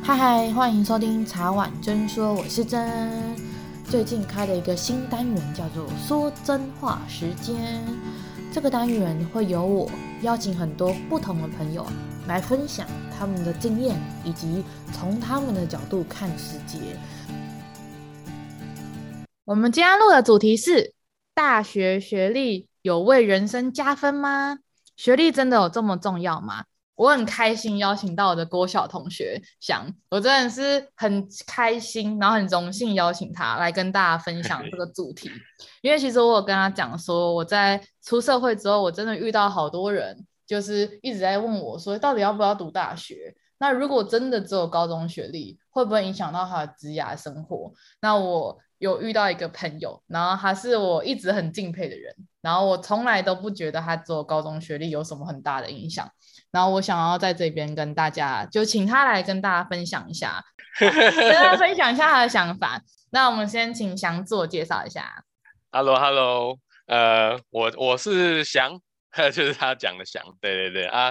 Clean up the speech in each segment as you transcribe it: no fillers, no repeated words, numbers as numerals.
嗨嗨，欢迎收听茶碗真说，我是真。最近开了一个新单元，叫做说真话时间。这个单元会由我邀请很多不同的朋友来分享他们的经验，以及从他们的角度看世界。我们今天录的主题是：大学学历有为人生加分吗？学历真的有这么重要吗？我很开心邀请到我的国小同学翔，我真的是很开心，然后很荣幸邀请他来跟大家分享这个主题。因为其实我有跟他讲说，我在出社会之后，我真的遇到好多人，就是一直在问我说，到底要不要读大学？那如果真的只有高中学历，会不会影响到他的职业生活？那我有遇到一个朋友，然后他是我一直很敬佩的人，然后我从来都不觉得他只有高中学历有什么很大的影响。然后我想要在这边跟大家，就请他来跟大家分享一下，跟大家分享一下他的想法。那我们先请翔自我介绍一下。 Hello，我是翔，就是他讲的翔，对对对啊，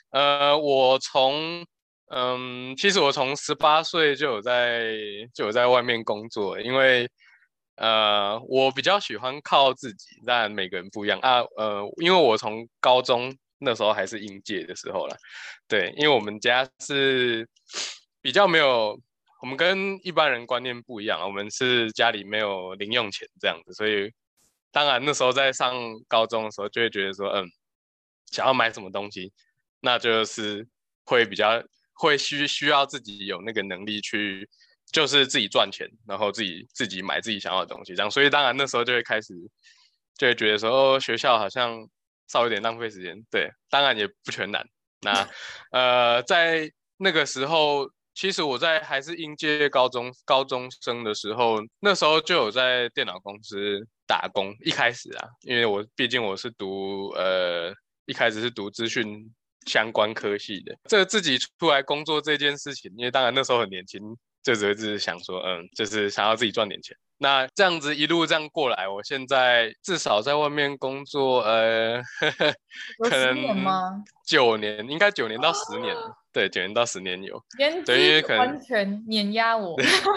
其实我从18岁就有在外面工作，因为我比较喜欢靠自己，当然每个人不一样啊，因为我从高中那时候还是应届的时候啦，对，因为我们家是比较没有。我们跟一般人观念不一样，我们是家里没有零用钱这样子，所以当然那时候在上高中的时候就会觉得说，想要买什么东西，那就是会比较需要自己有那个能力去，就是自己赚钱，然后自己买自己想要的东西，这样，所以当然那时候就会开始就会觉得说，哦，学校好像稍微有点浪费时间，对，当然也不全然。那在那个时候，其实我在还是应届高中生的时候，那时候就有在电脑公司打工。一开始啊，因为毕竟我是一开始是读资讯相关科系的，这自己出来工作这件事情，因为当然那时候很年轻，就只是想说，就是想要自己赚点钱。那这样子一路这样过来，我现在至少在外面工作， 有可 10年能吗？ 9年，应该9年到10年，对，9年到10年有，对，因年纪为可能完全碾压我。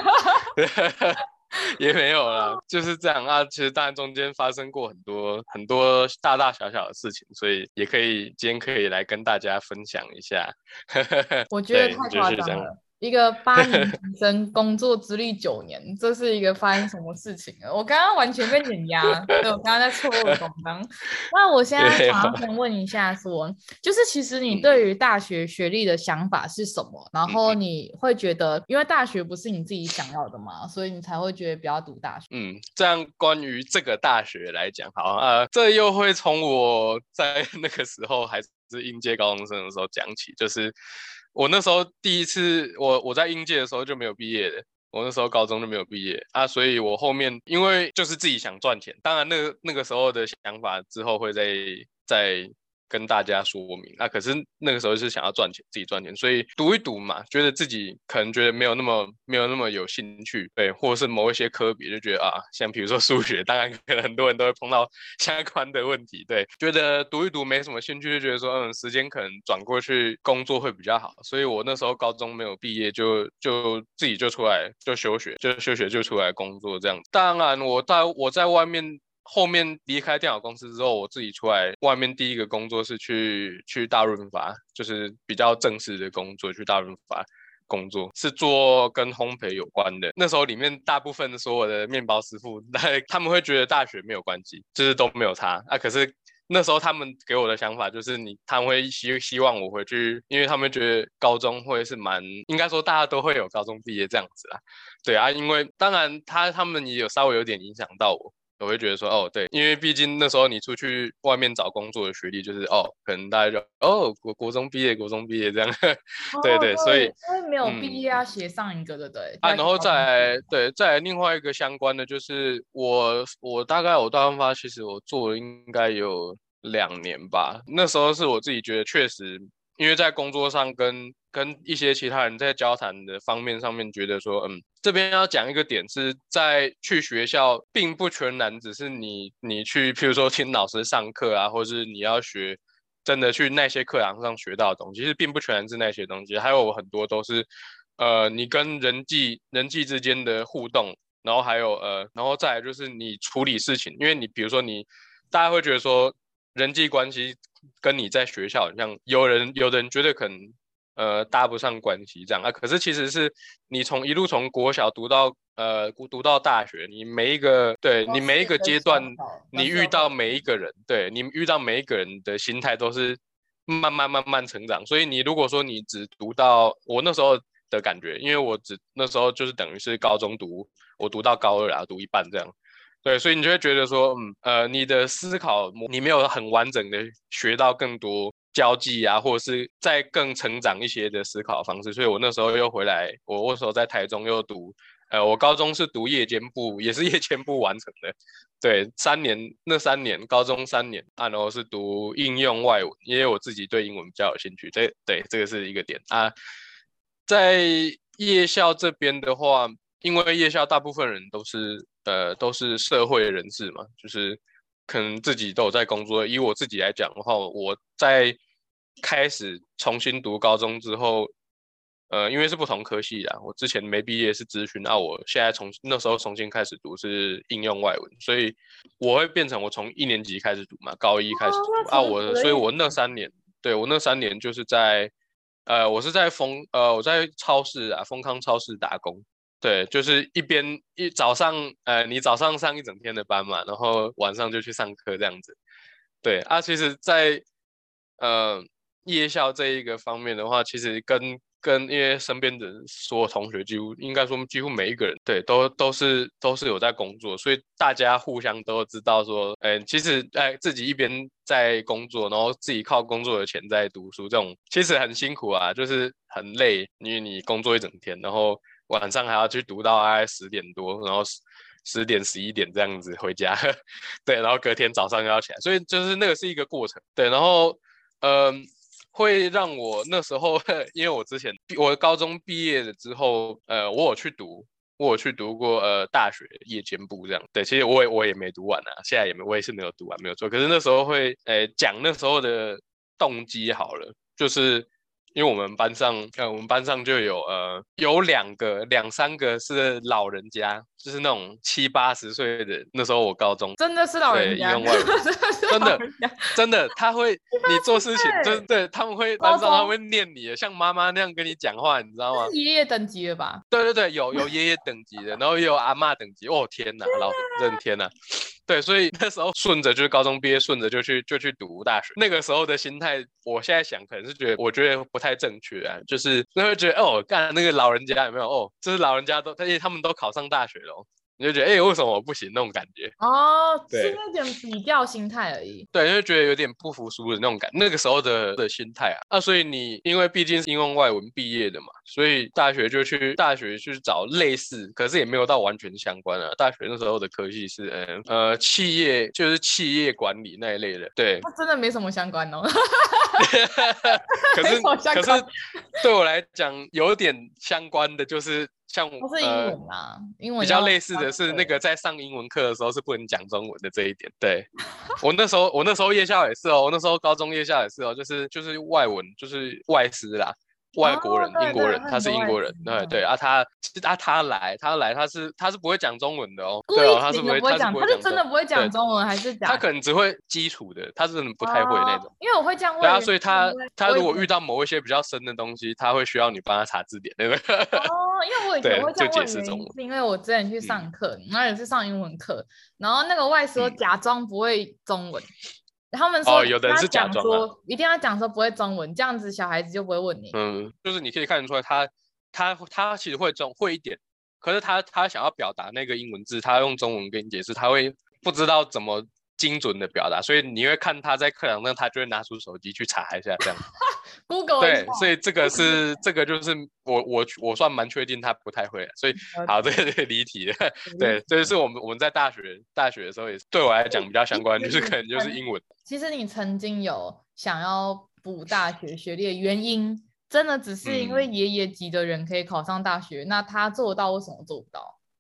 也没有啦，就是这样啊。其实当然中间发生过很多很多大大小小的事情，所以今天可以来跟大家分享一下。 我觉得对， 太就是这样。 夸张了。一个8年级生工作资历9年，这是一个发生什么事情了？我刚刚完全被碾压，对，我刚刚在错误的地方。那我现在也没有， 想要先问一下说，就是其实你嗯对于大学学历的想法是什么？然后嗯你会觉得，因为大学不是你自己想要的嘛，所以你才会觉得不要读大学。 这样关于这个大学来讲，好这又会从我在那个时候还是应届高中生的时候讲起，就是我那时候第一次，我在应届的时候就没有毕业的，我那时候高中就没有毕业啊，所以我后面因为就是自己想赚钱，当然那个时候的想法之后会再跟大家说明啊，可是那个时候是想要赚钱，自己赚钱，所以读一读嘛，觉得自己可能觉得没有那么有兴趣，对，或者是某一些科别就觉得啊，像比如说数学，当然可能很多人都会碰到相关的问题，对，觉得读一读没什么兴趣，就觉得说时间可能转过去工作会比较好，所以我那时候高中没有毕业就自己就出来就休学，就出来工作这样。当然我在外面。后面离开电脑公司之后，我自己出来外面第一个工作是去大润发，就是比较正式的工作，去大润发工作，是做跟烘焙有关的。那时候里面大部分的所有的面包师傅，他们会觉得大学没有关系，就是都没有差啊。可是那时候他们给我的想法就是他们会希望我回去，因为他们觉得高中会是应该说大家都会有高中毕业这样子啦。对啊，因为当然他们也有稍微有点影响到我。我会觉得说，哦，对，因为毕竟那时候你出去外面找工作的学历，就是可能大家就国中毕业，国中毕业这样，对哦， 对，所以对，因为没有毕嗯业要写上一个的，对， 然后要写高中毕业。 再来另外一个相关的就是我大概我大润发其实我做了应该有2年吧，那时候是我自己觉得确实，因为在工作上跟一些其他人在交谈的方面上面，觉得说这边要讲一个点是在去学校，并不全然只是你去，譬如说听老师上课啊，或是你要学真的去那些课堂上学到的东西，其实并不全然是那些东西，还有很多都是你跟人际之间的互动，然后还有然后再来就是你处理事情，因为你比如说大家会觉得说人际关系跟你在学校，像有的人觉得可能搭不上关系这样啊，可是其实是你一路从国小读到大学，你每一个阶段，你遇到每一个人，对你遇到每一个人的心态都是慢慢成长，所以你如果说你只读到我那时候的感觉，因为那时候就是等于是高中我读到高二啊，读一半这样。对，所以你就会觉得说，你的思考你没有很完整的学到更多交际啊，或者是再更成长一些的思考方式。所以我那时候又回来，我那时候在台中又我高中是读夜间部，也是夜间部完成的。对，那三年，高中3年啊，然后是读应用外文，因为我自己对英文比较有兴趣。对，这个是一个点啊。在夜校这边的话，因为夜校大部分人都是社会人士嘛，就是可能自己都有在工作。以我自己来讲的话，我在开始重新读高中之后，因为是不同科系啦，我之前没毕业是资讯，我现在那时候重新开始读是应用外文，所以我会变成我从1年级开始读嘛，高一开始读所以我那三年，对，我那三年就是我是我在超市啊，丰康超市打工。对，就是早上，你早上上一整天的班嘛，然后晚上就去上课这样子。对啊，其实在，呃夜校这一个方面的话，其实因为身边的所有同学应该说几乎每一个人，对，都是有在工作，所以大家互相都知道说，其实自己一边在工作，然后自己靠工作的钱在读书，这种其实很辛苦啊，就是很累，因为你工作一整天，然后晚上还要去读到大概10点多，然后10点11点这样子回家，对，然后隔天早上又要起来，所以就是那个是一个过程，对，然后会让我那时候，因为我高中毕业了之后，我有去读过大学夜间部这样，对，其实我也没读完啊，现在我也是没有读完，没有错，可是那时候会讲那时候的动机好了，就是因为我们班上就有两三个是老人家，就是那种70、80岁的。那时候我高中， 真的是老人对，应家， 用外文，真的真的，你做事情，对，班上他会念你的，像妈妈那样跟你讲话，你知道吗？ 是爷爷等级了吧？ 对，有爷爷等级的，然后也有阿嬷等级。哦天哪，真天哪！对，所以那时候就是高中毕业，顺着就去读大学。那个时候的心态，我现在想可能是我觉得不太正确啊，就是会觉得干那个老人家有没有就是老人家而且他们都考上大学了你就觉得为什么我不行那种感觉？ 是对。 那点比较心态而已。 对，就觉得有点不服输的那种那个时候的心态啊。所以因为毕竟是应用外文毕业的嘛，所以大学去找类似，可是也没有到完全相关啊。大学那时候的科系是就是企业管理那一类的，对。 那真的没什么相关哦。 可是没什么相关对我来讲有点相关的，就是像都是英文啊，英文比较类似的是那个在上英文课的时候是不能讲中文的这一点。对，我那时候夜校也是我那时候高中夜校也是就是外文就是外师啦。外国人，英国人，他是英国人，对啊，他来，他是不会讲中文的对哦， 他是不会讲，他是真的不会讲中文还是假的？ 他可能只会基础的，他是真的不太会那种。 因为我会这样问。 对啊，所以他如果遇到某一些比较深的东西，他会需要你帮他查字典，对不对？ 因为我以前会这样问原因是因为我之前去上课，然后也是上英文课，然后那个外师假装不会中文。他们说有的人是假装一定要讲说不会中文，这样子小孩子就不会问你。 就是你可以看得出来他其实会一点，可是他想要表达那个英文字，他用中文跟你解释，他会不知道怎么精准的表达，所以你会看他在课堂上，他就会拿出手机去查一下这样。 Google 对，所以这个就是我算蛮确定他不太会，所以好，这个离题了。对，这就是我们在大学的时候也是对我来讲比较相关，就是可能就是英文。 其实你曾经有想要补大学学历的原因，真的只是因为爷爷级的人可以考上大学，那他做到为什么做不到？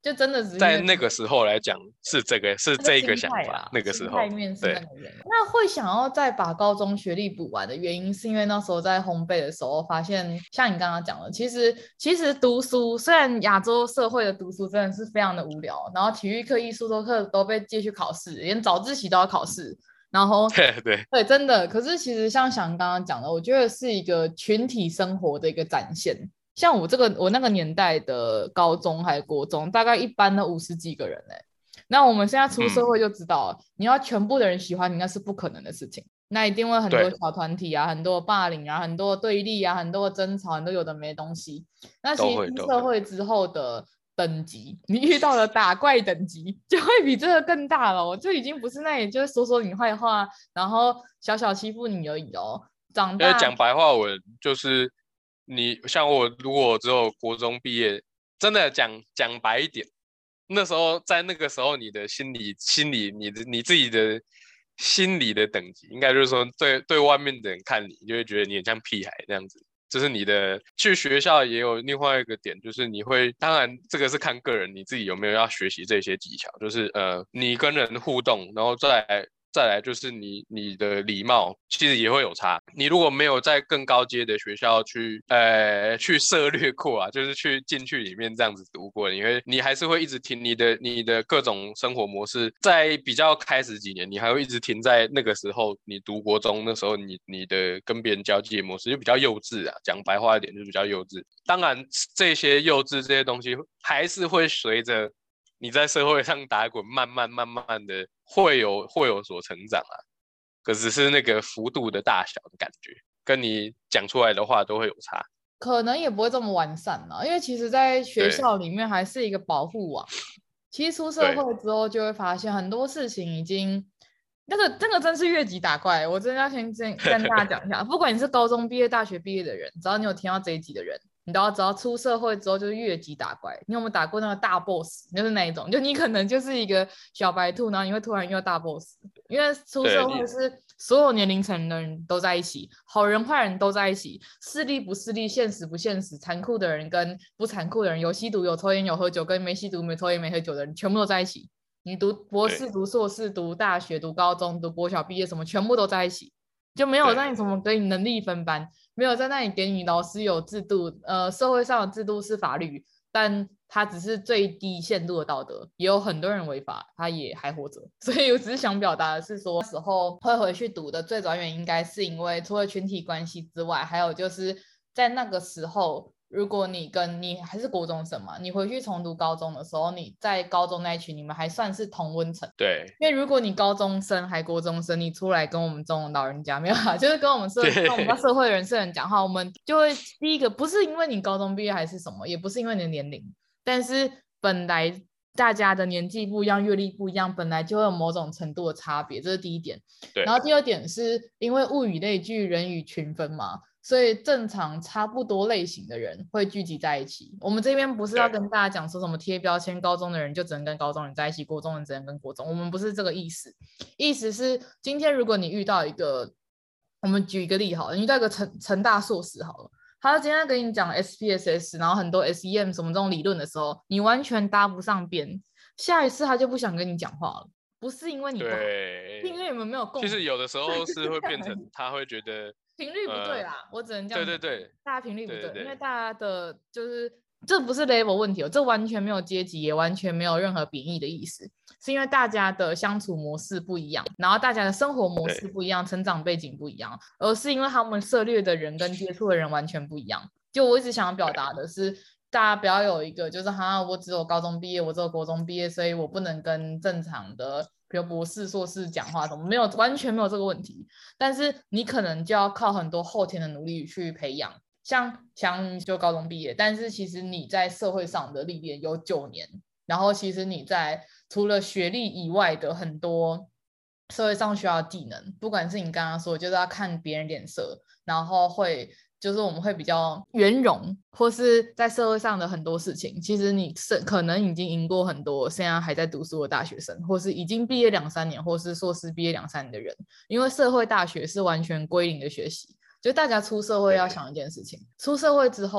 就真的只是在那个时候来讲是这个想法啦， 那个时候心态面是那个原因。那会想要再把高中学历补完的原因，是因为那时候在烘焙的时候发现，像你刚刚讲的，其实读书虽然亚洲社会的读书真的是非常的无聊，然后体育课、艺术课都被借去考试，连早自习都要考试。然后对，真的。可是其实像想刚刚讲的，我觉得是一个群体生活的一个展现。像我那个年代的高中还是国中，大概一班的50几个人那我们现在出社会就知道，你要全部的人喜欢你，那是不可能的事情。那一定会很多小团体啊，很多霸凌啊，很多对立啊，很多争吵，很多有的没东西。那其实出社会之后的等级，你遇到的打怪等级就会比这个更大了。我就已经不是那里就是说你坏话，然后小小欺负你而已哦。长大讲白话文就是你像我，如果只有国中毕业，真的讲白一点，那时候在那个时候，你的心理你自己的心理的等级，应该就是说对外面的人看你，就会觉得你很像屁孩这样子。就是你的去学校也有另外一个点，就是你会，当然这个是看个人你自己有没有要学习这些技巧，就是你跟人互动，然后再来就是你的礼貌，其实也会有差。你如果没有在更高阶的学校去涉略过啊，就是进去里面这样子读过，你还是会一直听你的各种生活模式，在比较开始几年，你还会一直停在那个时候，你读国中那时候你的跟别人交际的模式就比较幼稚啊，讲白话一点就比较幼稚。当然这些幼稚这些东西还是会随着你在社会上打滚，慢慢的会有所成长啊，可只是那个幅度的大小的感觉，跟你讲出来的话都会有差， 可能也不会这么完善啦，因为其实在学校里面还是一个保护网。其实出社会之后就会发现很多事情已经那个真是越级打怪。我真的要先跟大家讲一下，不管你是高中毕业、大学毕业的人，只要你有听到这一集的人，你都要知道出社会之后就是越级打怪。你有没有打过那个大 boss？ 就是那一种，就你可能就是一个小白兔，然后你会突然遇到大 boss。因为出社会是所有年龄层的人都在一起，好人坏人都在一起，势利不势利，现实不现实，残酷的人跟不残酷的人，有吸毒有抽烟有喝酒跟没吸毒没抽烟没喝酒的人全部都在一起。你读博士读硕士读大学读高中读国小毕业什么全部都在一起，就没有让你什么给你能力分班，没有在那里给你老师有制度，社会上的制度是法律，但它只是最低限度的道德，也有很多人违法，他也还活着。所以我只是想表达的是说，那时候会回去读的最主要原因应该是因为除了群体关系之外，还有就是在那个时候，如果你还是国中生嘛，你回去重读高中的时候，你在高中那一群你们还算是同温层。 对， 因为如果你高中生还国中生，你出来跟我们这种老人家没有啊，就是跟我们社会人士人讲话，我们就会第一个不是因为你高中毕业还是什么，也不是因为你的年龄，但是本来大家的年纪不一样，阅历不一样，本来就会有某种程度的差别，这是第一点。然后第二点是因为物以类聚，人以群分嘛，所以正常差不多类型的人会聚集在一起。我们这边不是要跟大家讲说什么贴标签，高中的人就只能跟高中人在一起，国中人只能跟国中，我们不是这个意思。意思是今天如果你遇到一个，我们举一个例好了，你遇到一个成大硕士好了，他今天跟你讲 SPSS， 然后很多 SEM 什么这种理论的时候，你完全搭不上边，下一次他就不想跟你讲话了。不是因为你不好，是因为你们没有共鸣。 其实有的时候是会变成他会觉得频率不对啦，我只能这样讲。对， 大家频率不对，因为大家的就是这不是 level 问题哦，这完全没有阶级，也完全没有任何贬义的意思，是因为大家的相处模式不一样，然后大家的生活模式不一样，成长背景不一样，而是因为他们涉猎的人跟接触的人完全不一样。就我一直想要表达的是，大家不要有一个就是我只有高中毕业，我只有国中毕业，所以我不能跟正常的比如博士硕士讲话什么，没有，完全没有这个问题。但是你可能就要靠很多后天的努力去培养。像就高中毕业，但是其实你在社会上的历练有9年，然后其实你在除了学历以外的很多社会上需要的技能，不管是你刚刚说就是要看别人脸色，然后就是我们会比较圆融，或是在社会上的很多事情，其实你可能已经赢过很多现在还在读书的大学生，或是已经毕业2-3年，或是硕士毕业2-3年的人。因为社会大学是完全归零的学习，就大家出社会要想一件事情，出社会之后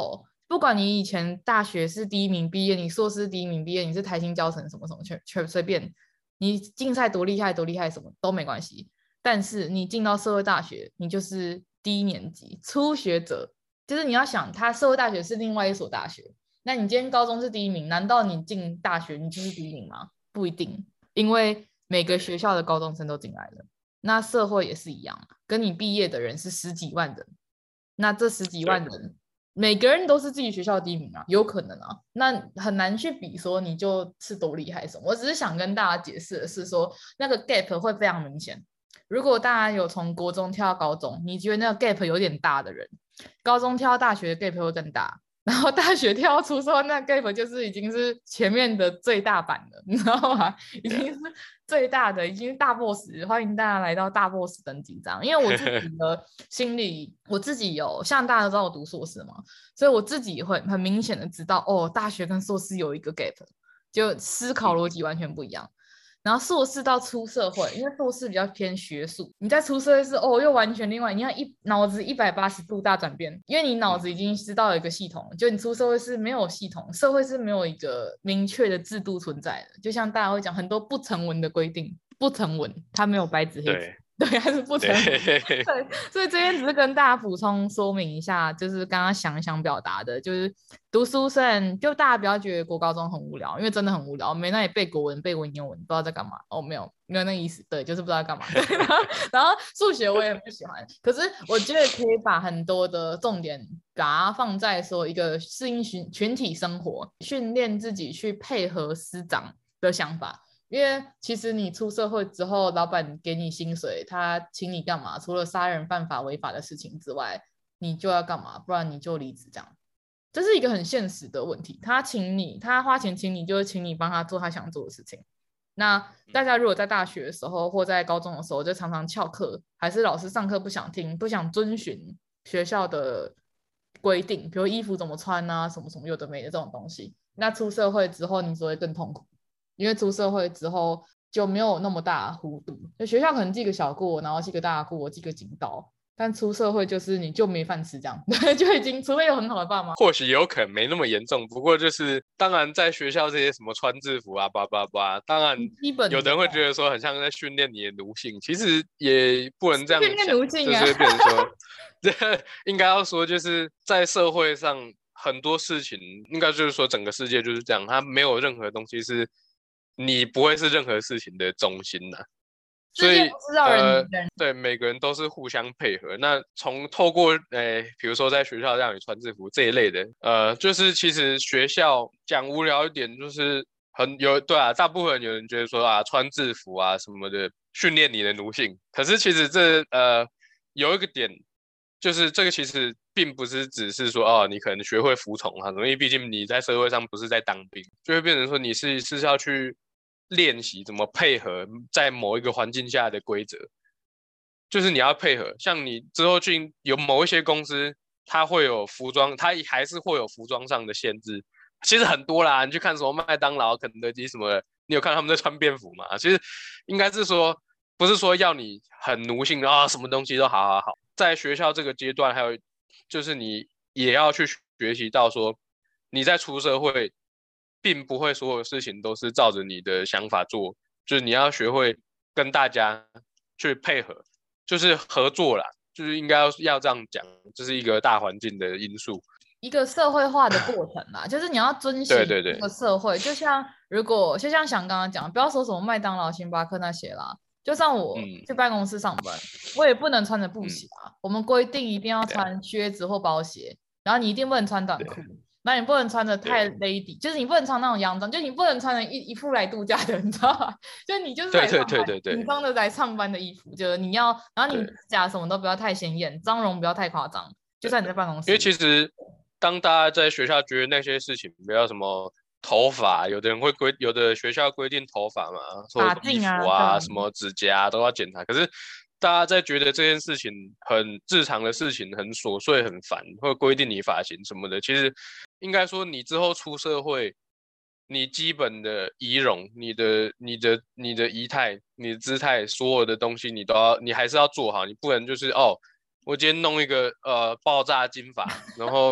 不管你以前大学是第一名毕业，你硕士第一名毕业，你是台新教程什么什么，全随便，你竞赛多厉害多厉害什么都没关系。但是你进到社会大学，你就是低年级初学者，就是你要想，他社会大学是另外一所大学，那你今天高中是第一名，难道你进大学你就是第一名吗？不一定，因为每个学校的高中生都进来了，那社会也是一样，跟你毕业的人是十几万人，那这十几万人每个人都是自己学校第一名啊，有可能啊，那很难去比说你就是多厉害什么。我只是想跟大家解释的是说，那个 gap 会非常明显。如果大家有从国中跳到高中，你觉得那个 gap 有点大的人，高中跳到大学的 gap 会更大，然后大学跳到出社会，那 gap 就是已经是前面的最大版了，你知道吗？已经是最大的，已经是大 boss。欢迎大家来到大 boss 等级章。因为我自己的心里，我自己有像大家都知道我读硕士嘛，所以我自己会很明显的知道，哦，大学跟硕士有一个 gap， 就思考逻辑完全不一样。然后硕士到出社会，因为硕士比较偏学术，你在出社会是又完全另外，你要脑子180度大转变，因为你脑子已经知道有一个系统，就你出社会是没有系统，社会是没有一个明确的制度存在的，就像大家会讲很多不成文的规定，不成文，它没有白纸黑字。对，还是不成文。对，所以这边只是跟大家补充说明一下，就是刚刚想表达的，就是读书生，就大家不要觉得国高中很无聊，因为真的很无聊，没那里背国文、背文言文，不知道在干嘛。没有那个意思，对，就是不知道干嘛。然后数学我也不喜欢，可是我觉得可以把很多的重点把它放在说一个适应群体生活，训练自己去配合师长的想法。因为其实你出社会之后，老板给你薪水，他请你干嘛？除了杀人犯法违法的事情之外，你就要干嘛？不然你就离职这样。这是一个很现实的问题。他花钱请你，就是请你帮他做他想做的事情。那大家如果在大学的时候或在高中的时候，就常常翘课，还是老师上课不想听，不想遵循学校的规定，比如衣服怎么穿啊，什么什么有的没的这种东西。那出社会之后，你只会更痛苦。因为出社会之后就没有那么大弧度，就学校可能记个小过，然后记个大过，记个警告，但出社会就是你就没饭吃这样，就已经除非有很好的爸妈， 或许有可能没那么严重，不过就是当然在学校这些什么穿制服啊，叭叭叭，当然基本有的人会觉得说很像在训练你的奴性，其实也不能这样想， 就是变成说，这应该要说就是在社会上很多事情，应该就是说整个世界就是这样，它没有任何东西是。你不会是任何事情的中心呐、所以对每个人都是互相配合。那透过比如说在学校让你穿制服这一类的，就是其实学校讲无聊一点，就是对啊，大部分有人觉得说啊穿制服啊什么的训练你的奴性，可是其实有一个点，就是这个其实并不是只是说你可能学会服从啊，因为毕竟你在社会上不是在当兵，就会变成说你是要去。练习怎么配合在某一个环境下的规则，就是你要配合。像你之后有某一些公司，它会有服装，它还是会有服装上的限制。其实很多啦，你去看什么麦当劳、肯德基什么的，你有看他们在穿便服吗？其实应该是说，不是说要你很奴性啊，什么东西都好。在学校这个阶段，还有就是你也要去学习到说，你在出社会。并不会所有事情都是照着你的想法做，就是你要学会跟大家去配合，就是合作啦，就是应该要这样讲，这是一个大环境的因素， 一个社会化的过程啦，就是你要遵循这个社会，就像想刚刚讲，不要说什么麦当劳、星巴克那些啦，就像我去办公室上班，我也不能穿着布鞋啊，我们规定一定要穿靴子或包鞋，然后你一定不能穿短裤。那你不能穿的太 lady，就是你不能穿那种洋装，就你不能穿的一副来度假的，你知道吗？就你就是来上班，你穿的来上班的衣服，就是你要，然后你指甲什么都不要太显眼，妆容不要太夸张，就算你在办公室。 因为其实当大家在学校觉得那些事情，不要什么头发，有的学校规定头发嘛， 发髻啊，什么指甲都要检查，可是。大家在觉得这件事情很日常的事情，很琐碎、很烦，或规定你发型什么的，其实应该说你之后出社会，你基本的仪容、你的仪态、你的姿态，所有的东西你还是要做好，你不能就是我今天弄一个爆炸金发，然后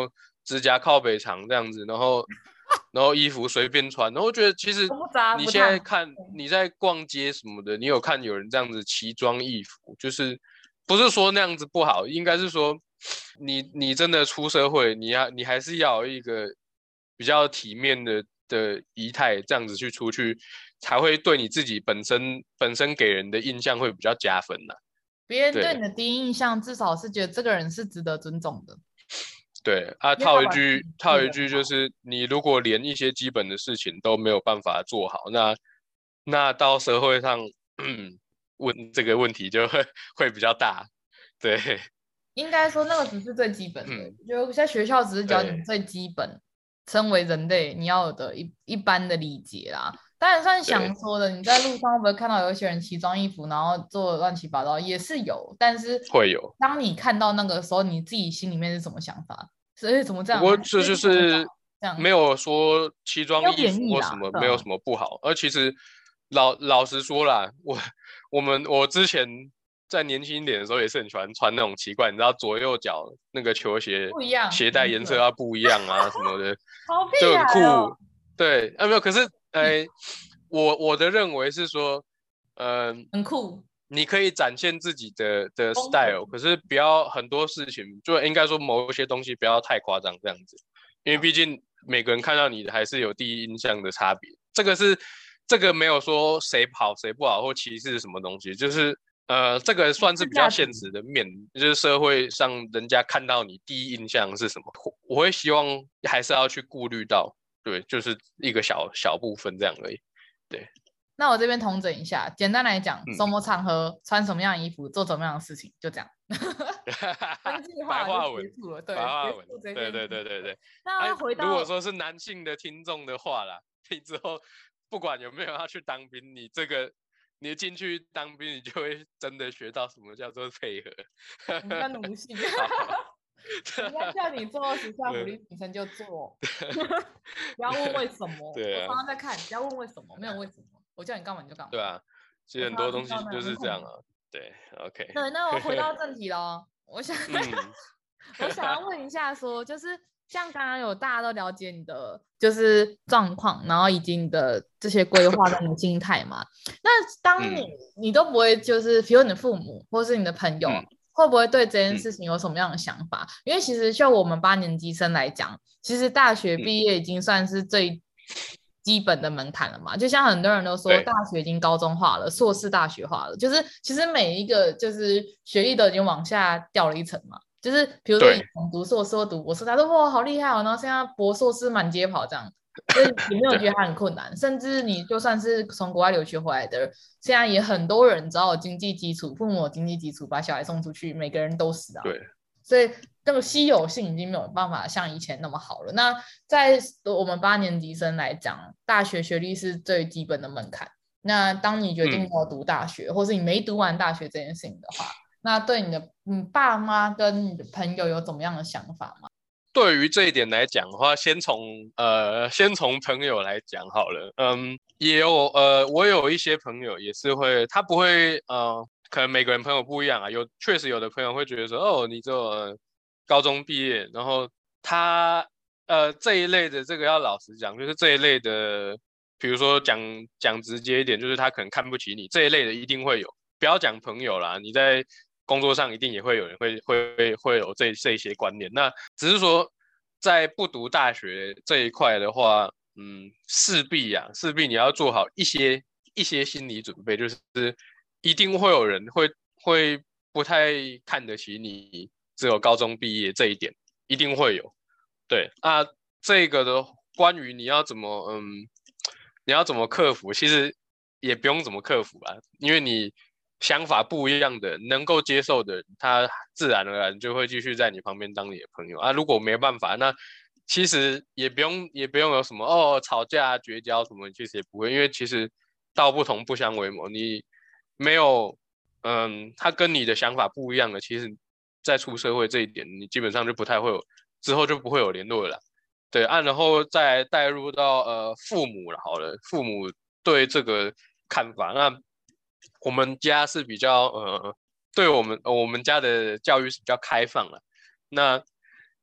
指甲靠北长这样子，然后衣服随便穿，然后我觉得其实不扎你不烫。 现在看你在逛街什么的，你有看有人这样子奇装异服，就是不是说那样子不好，应该是说你真的出社会，你还是要有一个比较体面的仪态，这样子去出去，才会对你自己本身给人的印象会比较加分啦。 别人对对你的第一印象至少是觉得这个人是值得尊重的， 对啊， 因为他把自己套一句就顾得很好。 是，你如果连一些基本的事情都没有办法做好，那到社会上，问这个问题就会比较大。对， 应该说那个只是最基本的， 嗯， 就在学校只是教你对最基本，身为人类你要有的一般的礼节啦。当然，算想对， 说的，你在路上会不会看到有一些人奇装异服，然后做乱七八糟，也是有。但是会有。 当你看到那个时候，你自己心里面是什么想法？所以怎么这不样？ 过这就为什么会是这样？ 没有说奇没有装异服贬义啦， 或什么对啊。 没有什么不好，而其实老实说啦，我之前在年轻一点的时候也是很喜欢穿那种奇怪，你知道左右脚那个球鞋不一样鞋带颜色颜色， 要不一样啊什么的， 好屁就很孩哦！ 酷。对，没有，可是我的认为是说， 很酷， 你可以展现自己的风格。 style，可是不要很多事情，就应该说某一些东西不要太夸张这样子，因为毕竟每个人看到你还是有第一印象的差别。这个没有说谁好谁不好或歧视什么东西，就是这个算是比较是价值。 现实的面，就是社会上人家看到你第一印象是什么，我会希望还是要去顾虑到，对，就是一个小部分这样而已，对。 那我这边统整一下，简单来讲，什嗯， 么场合穿什么样的衣服，做什么样的事情，就这样。分计划就白话文， 结束了，对， 白话文， 结束这对件事情。 对对对对。哎， 那回到如果说是男性的听众的话啦，你之后不管有没有要去当兵，你进去当兵，你就会真的学到什么叫做配合。 什么叫奴性， 好， 人家叫你做时下福利女生就做，不要问为什么。我对啊， 常常在看，不要问为什么，没有为什么，我叫你干嘛你就干嘛。 对啊，其实我很多常常听到那东西就是种很恐怖。 这样啊。对，OK。 对，那我回到正题喽。我想， 嗯我想要问一下说，就是像刚刚有大家都了解你的就是状况，然后以及你的这些规划跟你的心态嘛。那当嗯你都不会就是，比如你的父母或是你的朋友， 嗯会不会对这件嗯事情有什么样的想法？因为其实就我们8年级生来讲，其实大学嗯， 毕业已经算是最基本的门槛了嘛。就像很多人都说， 对大学已经高中化了，硕士大学化了，就是其实每一个就是学历都已经往下掉了一层嘛。就是比如说以前对， 读硕士或读博士，他说哇好厉害哦，然后现在博硕士满街跑这样。所以也没有觉得对他很困难，甚至你就算是从国外留学回来的，现在也很多人只要有经济基础，父母有经济基础，把小孩送出去，每个人都是啊。 对， 所以那个稀有性已经没有办法像以前那么好了。那在我们8年级生来讲，大学学历是最基本的门槛。那当你决定嗯。 要读大学，或是你没读完大学这件事情的话，那对你的爸妈跟你的朋友有怎么样的想法吗？ 对于这一点来讲的话，先从朋友来讲好了。也有我有一些朋友也是会，他不会可能每个人朋友不一样啊，确实有的朋友会觉得说，哦，你就高中毕业，然后他这一类的这个要老实讲，就是这一类的，比如说讲直接一点，就是他可能看不起你这一类的一定会有，不要讲朋友啦，你在工作上一定也会有人会有这些观念，那只是说在不读大学这一块的话，势必你要做好一些心理准备，就是一定会有人会不太看得起你只有高中毕业这一点，一定会有。对啊，这个的关于你要怎么克服，其实也不用怎么克服啊，因为你想法不一样的，能够接受的人，他自然而然就会继续在你旁边当你的朋友啊。如果没办法，那其实也不用有什么吵架绝交什么，其实也不会，因为其实道不同不相为谋，你没有他跟你的想法不一样的，其实在出社会这一点，你基本上就不太会有，之后就不会有联络了啦。对啊，然后再带入到父母了，好了，父母对这个看法，那我们家是比较对我们家的教育是比较开放了。那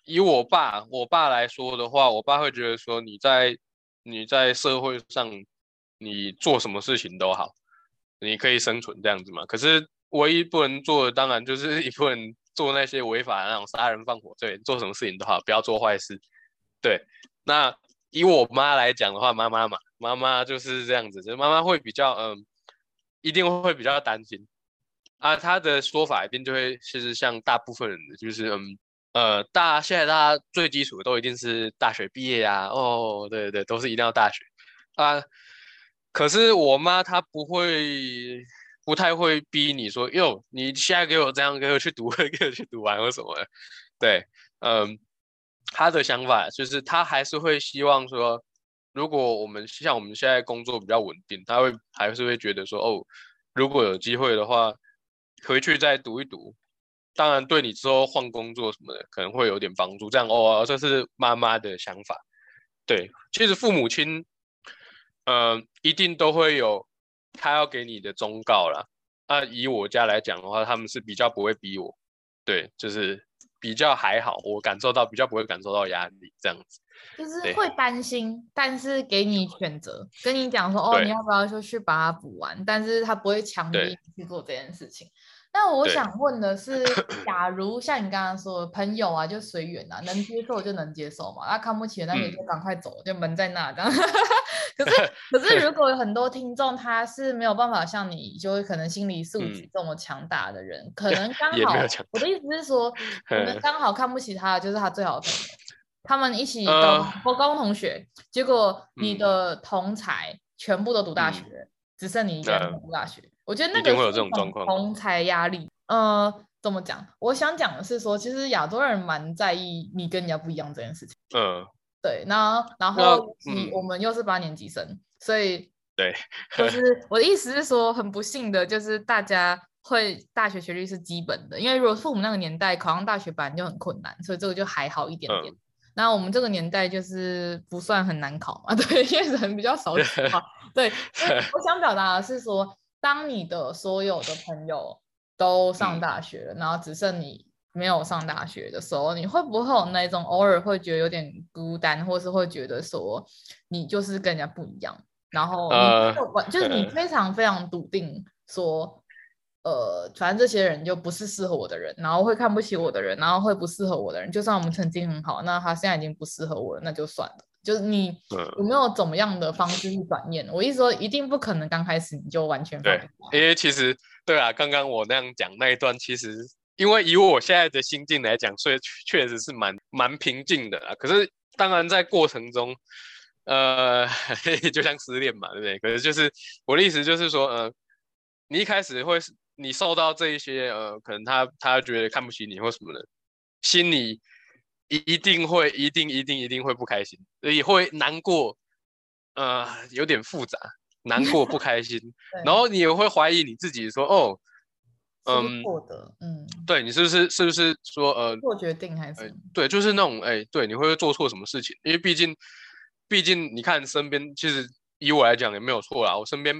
以我爸来说的话，我爸会觉得说你在社会上你做什么事情都好，你可以生存这样子嘛。可是唯一不能做的，当然就是你不能做那些违法的那种杀人放火罪，做什么事情都好，不要做坏事。对，那以我妈来讲的话，妈妈就是这样子，就是妈妈会比较一定会比较担心啊。她的说法一定就会是像大部分人的，就是现在大家最基础的都一定是大学毕业啊，哦，对对，都是一定要大学啊。可是我妈她不太会逼你说，哟，你现在给我这样，给我去读，给我去读完或什么的。对，嗯，她的想法就是她还是会希望说，如果像我们现在工作比较稳定，还是会觉得说，哦，如果有机会的话，回去再读一读，当然对你之后换工作什么的可能会有点帮助。这样哦，这是妈妈的想法。对，其实父母亲，一定都会有他要给你的忠告啦。那以我家来讲的话，他们是比较不会逼我，对，就是比较还好，我感受到比较不会感受到压力这样子。对就是会担心，但是给你选择，跟你讲说哦，你对要不要就去把它补完，但是他不会强逼对你去做这件事情。那我对， 想问的是，假如像你刚刚说的朋友啊，就随缘啊，能接受就能接受嘛，那看不起的那些就嗯， 赶快走，就门在那这样。可是如果有很多听众他是没有办法像你，就可能心理素质嗯， 这么强大的人，可能刚也没有强大。 好我的意思是说，可能刚好看不起他的就是他最好的朋友。他们一起呃， 高中同学，结果你嗯的同才全部都读大学， 嗯， 只剩你一个人没有读大学。我觉得那个是一定会有这一种种状况。 同才压力。怎么讲？我想讲的是说，其实亚洲人蛮在意你跟人家不一样这件事情。 嗯， 对，然后那我们又是8年级生，所以对， 就是我的意思是说，很不幸的就是大家会大学学历是基本的，因为如果父母那个年代考上大学本来就很困难，所以这个就还好一点点。 嗯， 那我们这个年代就是不算很难考嘛，对，因为人比较少子化，对，所以我想表达的是说，当你的所有的朋友都上嗯， 大学了，然后只剩你没有上大学的时候，你会不会有那种偶尔会觉得有点孤单，或是会觉得说你就是跟人家不一样？然后你呃， 就是你非常非常笃定说，反正这些人就不是适合我的人，然后会看不起我的人，然后会不适合我的人，就算我们曾经很好，那他现在已经不适合我了，那就算了。就是你有嗯， 没有怎么样的方式去转念？我意思说，一定不可能刚开始你就完全放对， 弃他。 因为其实对啊，刚刚我那样讲那一段，其实因为以我现在的心境来讲，所以确实是蛮平静的啊。可是当然在过程中，呃，就像失恋嘛，对不对？可是就是我的意思就是说，你一开始你受到这一些可能他觉得看不起你或什么的，心里一定会一定会不开心，也会难过，有点复杂。难过、不开心，然对， 后你也会怀疑你自己说，哦， 是不是嗯， 获得？ 对你是不是说做决定还是什么？ 对，就是那种对，你会做错什么事情？因为毕竟你看身边，其实以我来讲也没有错啦，我身边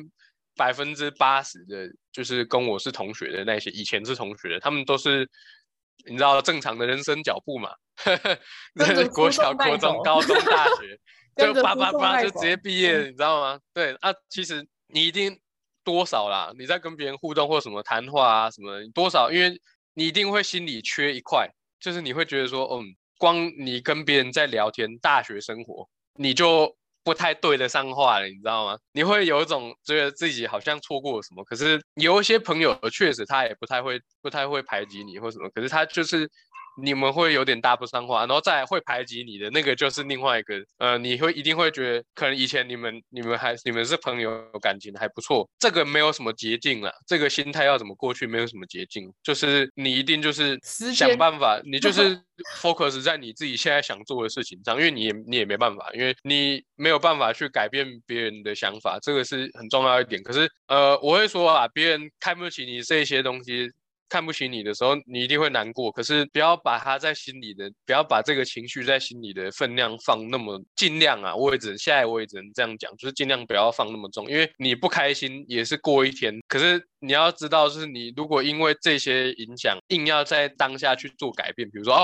80%的，就是跟我是同学的那些，以前是同学的，他们都是你知道正常的人生脚步嘛， 跟着国小、 输送带国中、 走， 高中、大学，就跟着输送带就直接走。 毕业了，你知道吗？对啊，其实你一定多少啦，你在跟别人互动或什么谈话啊什么，多少，因为你一定会心里缺一块，就是你会觉得说，光你跟别人在聊天，大学生活，你就不太对得上话了，你知道吗？你会有一种觉得自己好像错过了什么，可是有一些朋友确实他也不太会排挤你或什么，可是他就是你们会有点搭不上话，然后再来会排挤你的那个就是另外一个，你一定会觉得可能以前你们是朋友，感情还不错，这个没有什么捷径啦，这个心态要怎么过去没有什么捷径，就是你一定就是时间， 想办法，你就是 focus 在你自己现在想做的事情上，因为你也没办法，因为你没有办法去改变别人的想法，这个是很重要一点。可是我会说啊，别人看不起你这些东西，看不起你的时候，你一定会难过。可是不要把它在心里的，不要把这个情绪在心里的分量放那么，尽量啊，现在我也只能这样讲，就是尽量不要放那么重，因为你不开心也是过一天。可是你要知道，就是你如果因为这些影响，硬要在当下去做改变，比如说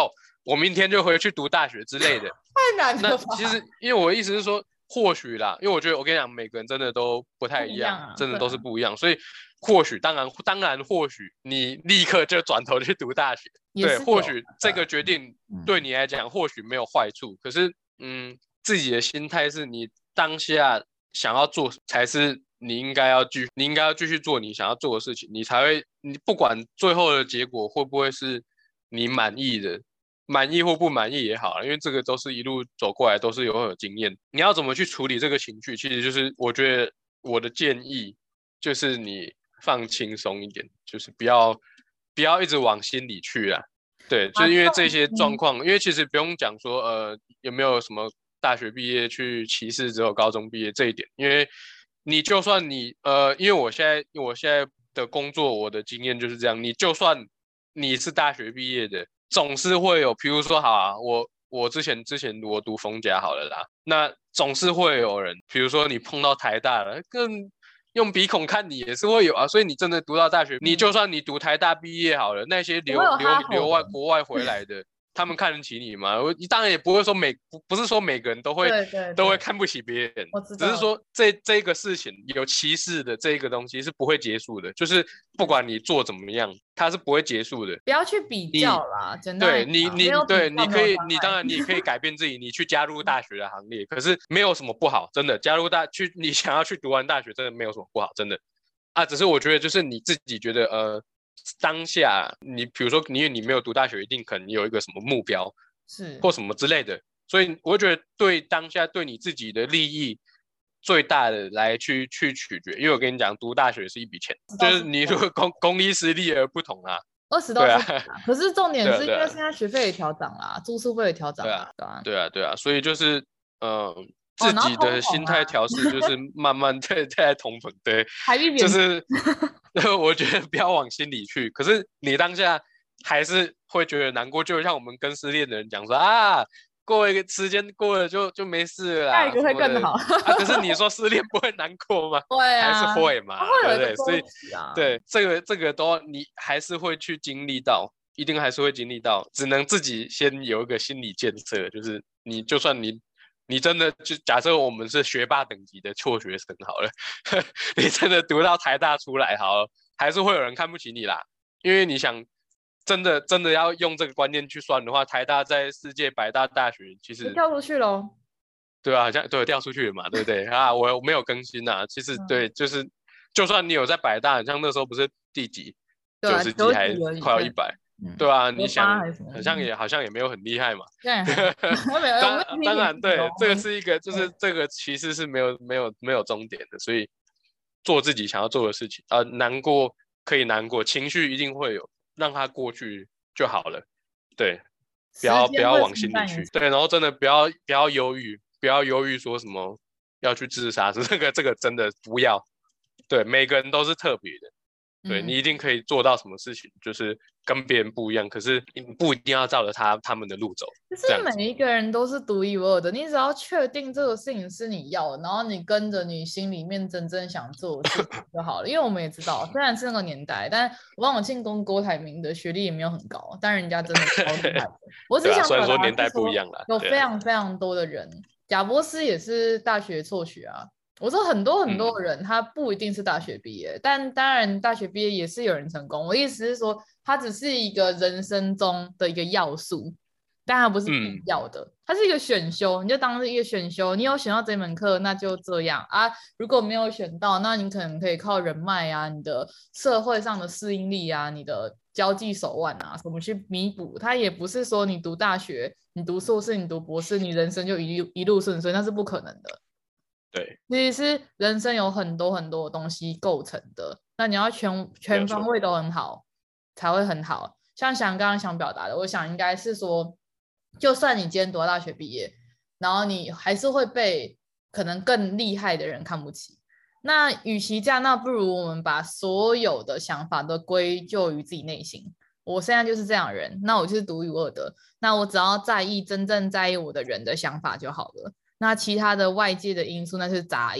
我明天就回去读大学之类的。 太难那了吧？ 其实因为我的意思是说，或许啦，因为我觉得我跟你讲，每个人真的都不太一样， 啊、 真的都是不一样，所以或许当然或许你立刻就转头去读大学，对，或许这个决定对你来讲或许没有坏处，可是自己的心态是你当下想要做才是你应该要继续做你想要做的事情，你不管最后的结果会不会是你满意的。满意或不满意也好，因为这个都是一路走过来，都是有经验。你要怎么去处理这个情绪，其实就是我觉得我的建议就是你放轻松一点，就是不要一直往心里去啦。对，就是因为这些状况，因为其实不用讲说有没有什么大学毕业去歧视只有高中毕业这一点，因为你就算因为我现在的工作，我的经验就是这样，你就算你是大学毕业的。总是会有，比如说好啊，我之前我读逢甲好了啦，那总是会有人，比如说你碰到台大了，更用鼻孔看你也是会有啊，所以你真的读到大学，你就算你读台大毕业好了，那些国外回来的，他们看得起你吗？我当然也不会说不是说每个人都会看不起别人，只是说这个事情有歧视的这个东西是不会结束的，就是不管你做怎么样，它是不会结束的。 不要去比较啦， 对你可以，你当然你也可以改变自己，你去加入大学的行列，可是没有什么不好，真的你想要去读完大学，真的没有什么不好，真的啊，只是我觉得就是你自己觉得当下你比如说因为你没有读大学，一定可能有一个什么目标是或什么之类的，所以我觉得对当下对你自己的利益最大的来去取决，因为我跟你讲，读大学是一笔钱，就是你如果公立私立而不同啊。 20到40可是重点是因为现在学费也调涨啦，住宿费也调涨啦， 对啊，所以就是自己的心态调试就是慢慢在同等，对，就是我觉得不要往心里去，可是你当下还是会觉得难过，就像我们跟失恋的人讲说啊，过一个时间过了就没事了啦， 下一个会更好啊。可是你说失恋不会难过吗？ 对啊， 还是会嘛，对不对？所以对这个都你还是会去经历到，一定还是会经历到，只能自己先有一个心理建设，就是你就算你真的就假设我们是学霸等级的辍学生好了，你真的读到台大出来好了，还是会有人看不起你啦，因为你想。真的要用这个观念去算的话，台大在世界100大大学其实跳出去咯。 对啊，对掉出去了嘛，对不对啊？我没有更新啊，其实对，就是就算你有在100大，像那时候不是第几90几还快要100，对啊，你想好像也没有很厉害嘛。当然对，这个是一个就是这个其实是没有终点的，所以做自己想要做的事情难过可以难过，情绪一定会有。让它过去就好了，对，不要往心里去，对，然后真的不要忧郁，不要忧郁说什么要去自杀，这个真的不要，对，每个人都是特别的，对你一定可以做到什么事情，就是跟别人不一样，可是你不一定要照着他们的路走。 就是每一个人都是独一无二的，你只要确定这个事情是你要的，然后你跟着你心里面真正想做的事情就好了。因为我们也知道，虽然是那个年代，但王永庆跟郭台铭的学历也没有很高，但人家真的超厉害的。我只想虽然说年代不一样啦， 有非常非常多的人，贾博士也是大学辍学啊。我说很多人他不一定是大学毕业，但当然大学毕业也是有人成功。我意思是说，它只是一个人生中的一个要素，但它不是必要的，它是一个选修，你就当是一个选修。你有选到这门课，那就这样啊。如果没有选到，那你可能可以靠人脉啊，你的社会上的适应力啊，你的交际手腕啊，什么去弥补。它也不是说你读大学、你读硕士、你读博士，你人生就一路顺遂，那是不可能的。 对， 其实是人生有很多很多东西构成的，那你要全方位都很好，才会很好。像刚刚想表达的，我想应该是说，就算你今天读大学毕业，然后你还是会被可能更厉害的人看不起。那与其这样，那不如我们把所有的想法都归咎于自己内心。我现在就是这样的人，那我就是独一无二的，那我只要真正在意我的人的想法就好了。那其他的外界的因素那是杂音，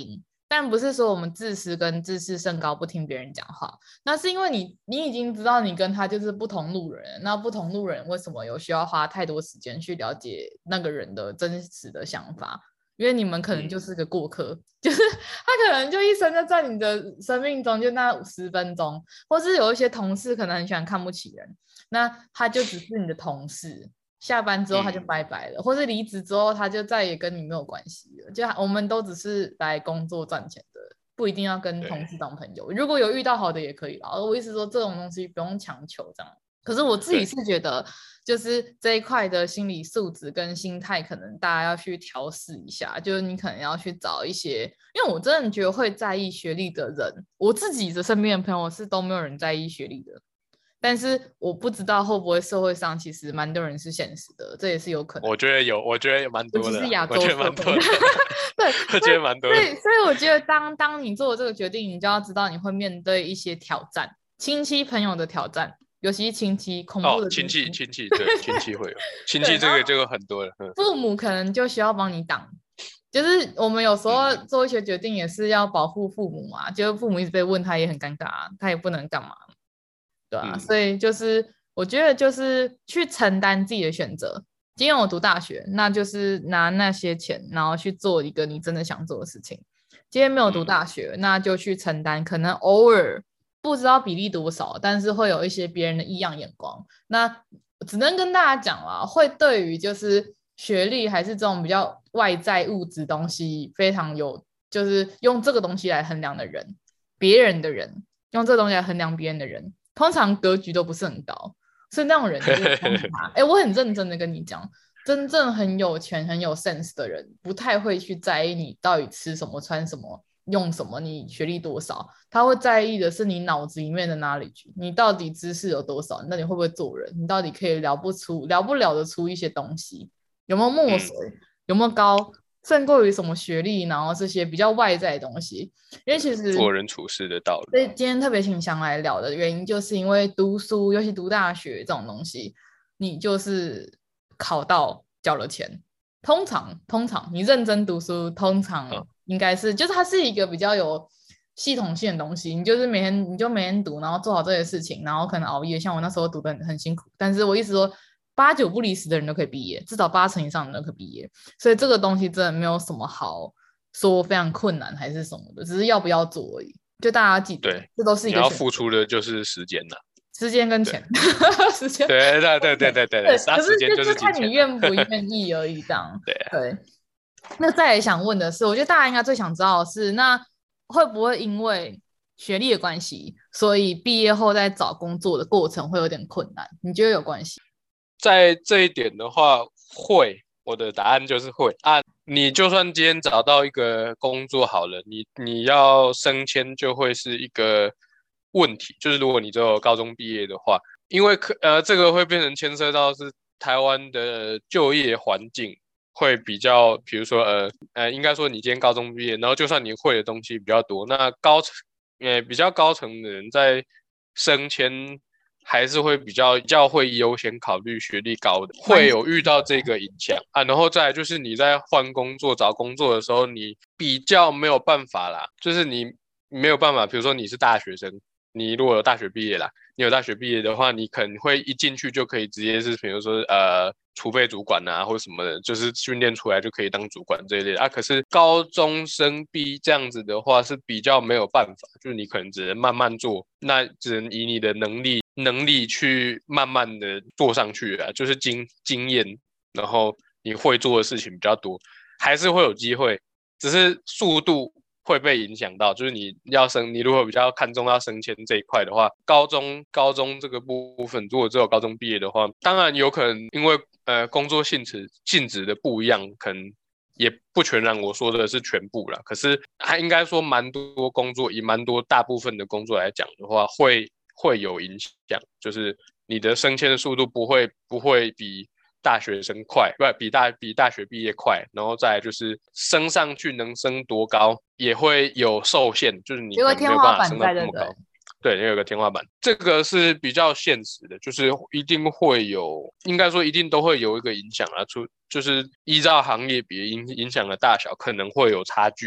但不是说我们自私跟自视甚高不听别人讲话，那是因为你已经知道你跟他就是不同路人，那不同路人为什么有需要花太多时间去了解那个人的真实的想法？因为你们可能就是个过客，就是他可能就一生就在你的生命中就那50分钟，或是有一些同事可能很喜欢看不起人，那他就只是你的同事，下班之后他就拜拜了，或是离职之后他就再也跟你没有关系了。就我们都只是来工作赚钱的，不一定要跟同事当朋友。如果有遇到好的也可以啦。我意思说这种东西不用强求这样。可是我自己是觉得，就是这一块的心理素质跟心态，可能大家要去调试一下。就是你可能要去找一些，因为我真的觉得会在意学历的人，我自己的身边的朋友是都没有人在意学历的。但是我不知道会不会社会上其实蛮多人是现实的，这也是有可能。 我觉得有蛮多的， 我亚洲我觉得蛮多的， 对， 我觉得蛮多的。 所以我觉得当你做了这个决定，你就要知道你会面对一些挑战，亲戚朋友的挑战，尤其是亲戚恐怖的亲戚对亲戚会有亲戚这个就有很多了。 父母可能就需要帮你挡。就是我们有时候做一些决定也是要保护父母嘛，就是父母一直被问他也很尴尬啊，他也不能干嘛。对啊，所以就是我觉得就是去承担自己的选择。今天我读大学，那就是拿那些钱，然后去做一个你真的想做的事情。今天没有读大学，那就去承担，可能偶尔不知道比例多少，但是会有一些别人的异样眼光。那只能跟大家讲啦，会对于就是学历还是这种比较外在物质东西非常有，就是用这个东西来衡量的人，别人的人用这个东西来衡量别人的人。通常格局都不是很高，所以那种人就他我很认真的跟你讲，真正很有钱很有 sense 的人不太会去在意你到底吃什么穿什么用什么，你学历多少，他会在意的是你脑子里面的 knowledge， 你到底知识有多少，那你会不会做人，你到底可以聊不了得出一些东西，有没有墨水，有没有高，胜过于什么学历，然后这些比较外在的东西。因为其实做人处事的道理， 所以今天特别请翔来聊的原因，就是因为读书，尤其读大学这种东西，你就是考到交了钱。通常你认真读书，通常应该是就是它是一个比较有系统性的东西。你就是每天读，然后做好这些事情，然后可能熬夜。像我那时候读的很辛苦，但是我意思说8、9不离10的人都可以毕业，至少80%以上的人都可以毕业。所以这个东西真的没有什么好说非常困难还是什么的，只是要不要做而已。就大家记得， 对， 这都是一个你要付出的就是时间呐， 时间跟钱，时间对， 可是就是看你愿不愿愿意而已，这样对啊。 对。那再来想问的是，我觉得大家应该最想知道的是，那会不会因为学历的关系，所以毕业后在找工作的过程会有点困难？你觉得有关系？ 在这一点的话，会，我的答案就是会啊。你就算今天找到一个工作好了，你要升迁就会是一个问题。就是如果你只有高中毕业的话，因为这个会变成牵涉到是台湾的就业环境会比较，比如说应该说你今天高中毕业，然后就算你会的东西比较多，那比较高层的人在升迁还是会比较会优先考虑学历高的，会有遇到这个影响啊。然后再来就是你在换工作找工作的时候，你比较没有办法啦，就是你没有办法，比如说你是大学生，你如果有大学毕业啦，你有大学毕业的话，你可能会一进去就可以直接是比如说储备主管啊或者什么的，就是训练出来就可以当主管这一类的啊。可是高中生毕这样子的话是比较没有办法，就是你可能只能慢慢做，那只能以你的能力去慢慢的做上去啊，就是经验，然后你会做的事情比较多，还是会有机会，只是速度会被影响到。就是你如果比较看重要升迁这一块的话，高中这个部分，如果只有高中毕业的话，当然有可能因为工作性质的不一样，可能也不全然我说的是全部啦，可是还应该说蛮多工作，以蛮多大部分的工作来讲的话，会有影响，就是你的升迁的速度不会比大学生快，不比大学毕业快，然后再来就是升上去能升多高也会有受限，就是你可能没有办法升到那么高。对，有个天花板，这个是比较现实的，就是一定会有，应该说一定都会有一个影响啊，就是依照行业别影响的大小可能会有差距，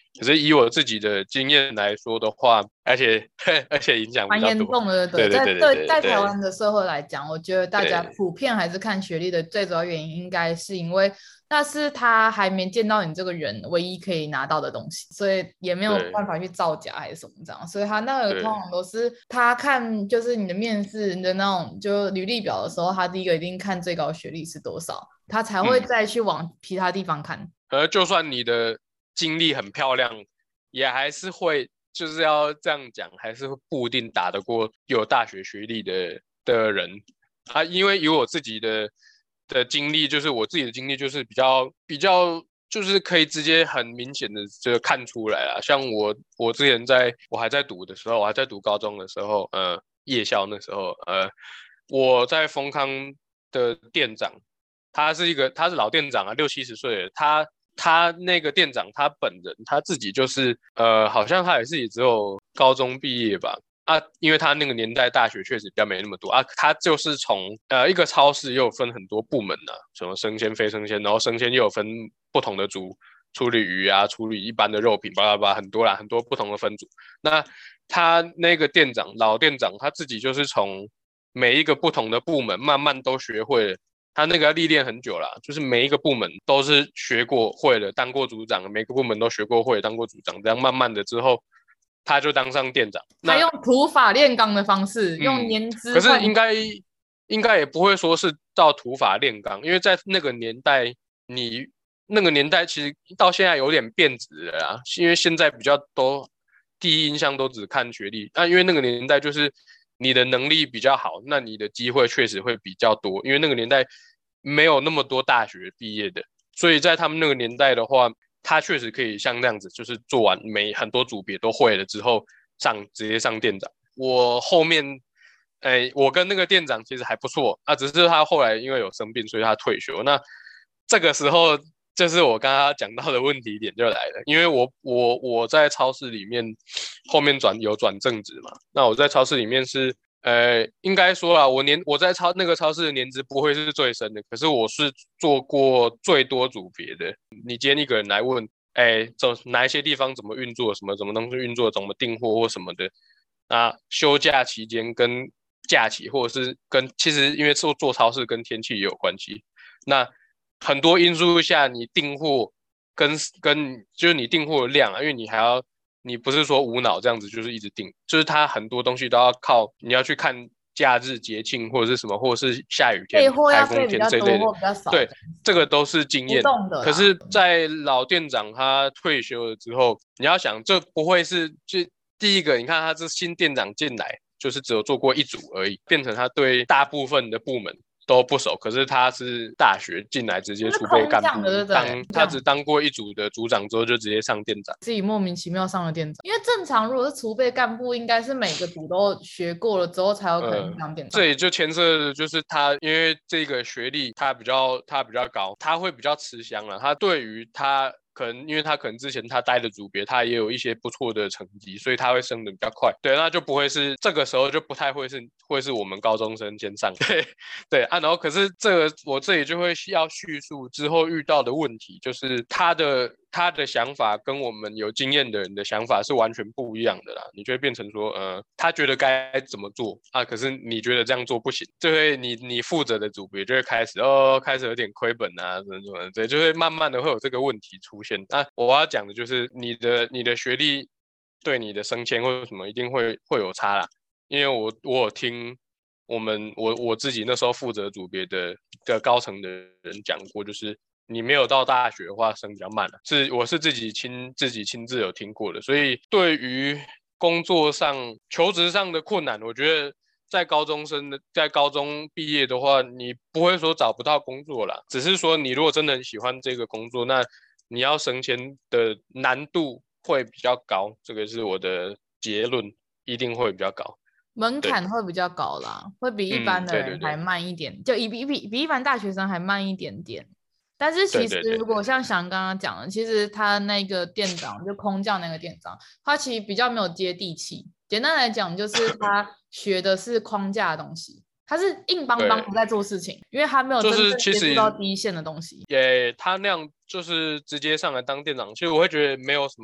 可是以我自己的经验来说的话，而且影响比蛮较多。 严重的， 对对，在台对湾的社会来讲，我觉得大家普遍还是看学历的最主要原因，应该是因为那是他还没见到你这个人唯一可以拿到的东西，所以也没有办法去造假还是什么这样，所以他那个通常都是他看就是你的面试你的那种就履历表的时候，他第一个一定看最高学历是多少，他才会再去往其他地方看。 就算你的经历很漂亮，也还是会就是要这样讲，还是不一定打得过有大学学历的人啊。因为以我自己的经历，就是我自己的经历就是比较就是可以直接很明显的就看出来啦。像我之前我还在读的时候，我还在读高中的时候，夜校那时候，我在丰康的店长，他是老店长啊，60、70岁了，他那个店长他本人他自己就是好像他也是也只有高中毕业吧。啊，因为他那个年代大学确实比较没那么多啊，他就是从一个超市又有分很多部门啊，什么生鲜、非生鲜，然后生鲜又有分不同的组，处理鱼啊，处理一般的肉品，巴拉巴拉很多啦，很多不同的分组。那他那个老店长他自己就是从每一个不同的部门慢慢都学会了。他那个要历练很久啦，就是每一个部门都是学过会了，当过组长，每个部门都学过会，当过组长，这样慢慢的之后，他就当上店长。 他用土法炼钢的方式，用年资。 可是应该也不会说是到土法炼钢，因为在那个年代，那个年代其实到现在有点变质了啦，因为现在比较多第一印象都只看学历，因为那个年代就是你的能力比较好，那你的机会确实会比较多，因为那个年代没有那么多大学毕业的，所以在他们那个年代的话，他确实可以像那样子，就是做完很多组别都会了之后，直接上店长。我后面，我跟那个店长其实还不错啊，只是他后来因为有生病，所以他退休。那这个时候就是我刚刚讲到的问题点就来了，因为我在超市里面后面有转正职嘛，那我在超市里面是应该说啦，我在那个超市的年资不会是最深的，可是我是做过最多组别的。你今天一个人来问，哪一些地方怎么运作，什么东西运作，怎么订货或什么的，那休假期间跟假期，或者是其实因为做超市跟天气也有关系，那很多因素下，你订货跟就是你订货的量啊，因为你不是说无脑这样子，就是一直订，就是它很多东西都要靠你要去看假日节庆或者是什么，或者是下雨天、台风天这类的，对，这个都是经验。可是，在老店长他退休了之后，你要想，这不会是就第一个，你看他是新店长进来，就是只有做过一组而已，变成他对大部分的部门都不熟，可是他是大学进来直接储备干部，他只当过一组的组长之后就直接上店长， 自己莫名其妙上了店长。因为正常如果是储备干部，应该是每个组都学过了之后才有可能当店长。 这也就牵涉的就是他，因为这个学历他比较高，他会比较吃香了。他对于他可能因为他可能之前他待的组别，他也有一些不错的成绩，所以他会升的比较快。对，那就不会是这个时候就不太会是我们高中生先上。对啊，然后可是我这里就会要叙述之后遇到的问题，就是他的想法跟我们有经验的人的想法是完全不一样的啦。你就会变成说，他觉得该怎么做啊，可是你觉得这样做不行，就会你负责的组别就会开始有点亏本啊，什么什么，对，就会慢慢的会有这个问题出现。那我要讲的就是你的学历对你的升迁或者什么一定会有差啦，因为我有听我自己那时候负责组别的高层的人讲过，就是你没有到大学的话升比较慢了，我是自己亲自有听过的，所以对于工作上求职上的困难，我觉得在高中毕业的话，你不会说找不到工作啦，只是说你如果真的很喜欢这个工作，那你要升迁的难度会比较高，这个是我的结论，一定会比较高。 门槛会比较高啦，会比一般的人还慢一点，就比一般大学生还慢一点点。但是其实如果像翔刚刚讲的，其实他那个店长就空降那个店长，他其实比较没有接地气。简单来讲，就是他学的是框架的东西，他是硬邦邦的在做事情，因为他没有真正接触到第一线的东西。 他那样就是直接上来当店长，其实我会觉得没有什么